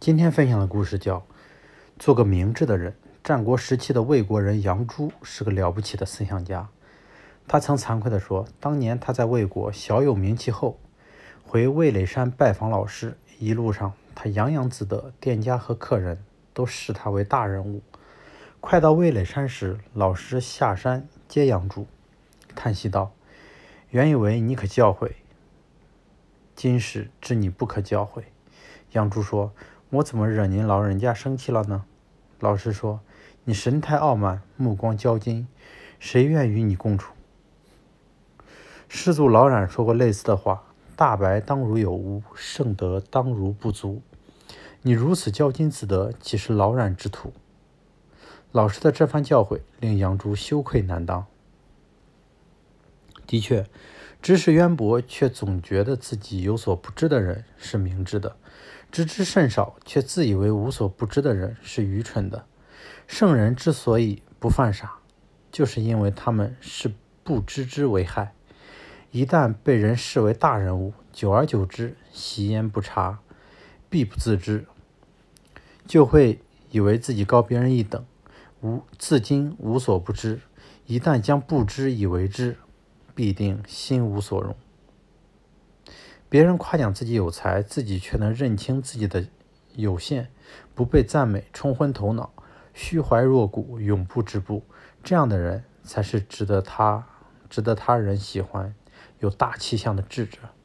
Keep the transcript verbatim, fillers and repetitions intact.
今天分享的故事叫做个明智的人。战国时期的魏国人杨朱是个了不起的思想家。他曾惭愧地说，当年他在魏国小有名气后，回魏垒山拜访老师，一路上他洋洋自得，店家和客人都视他为大人物。快到魏垒山时，老师下山接杨朱，叹息道：原以为你可教诲，今时知你不可教诲。杨朱说：我怎么惹您老人家生气了呢？老师说：你神态傲慢，目光骄矜，谁愿与你共处？师祖老冉说过类似的话：大白当如有无，圣德当如不足。你如此骄矜自得，岂是老冉之徒？老师的这番教诲令杨朱羞愧难当。的确，知识渊博却总觉得自己有所不知的人是明智的，知之甚少却自以为无所不知的人是愚蠢的。圣人之所以不犯傻，就是因为他们是不知之为害。一旦被人视为大人物，久而久之，习焉不察，必不自知，就会以为自己高别人一等，无自今无所不知。一旦将不知以为知，必定心无所容。别人夸奖自己有才，自己却能认清自己的有限，不被赞美冲昏头脑，虚怀若谷，永不止步。这样的人才是值得他值得他人喜欢、有大气象的智者。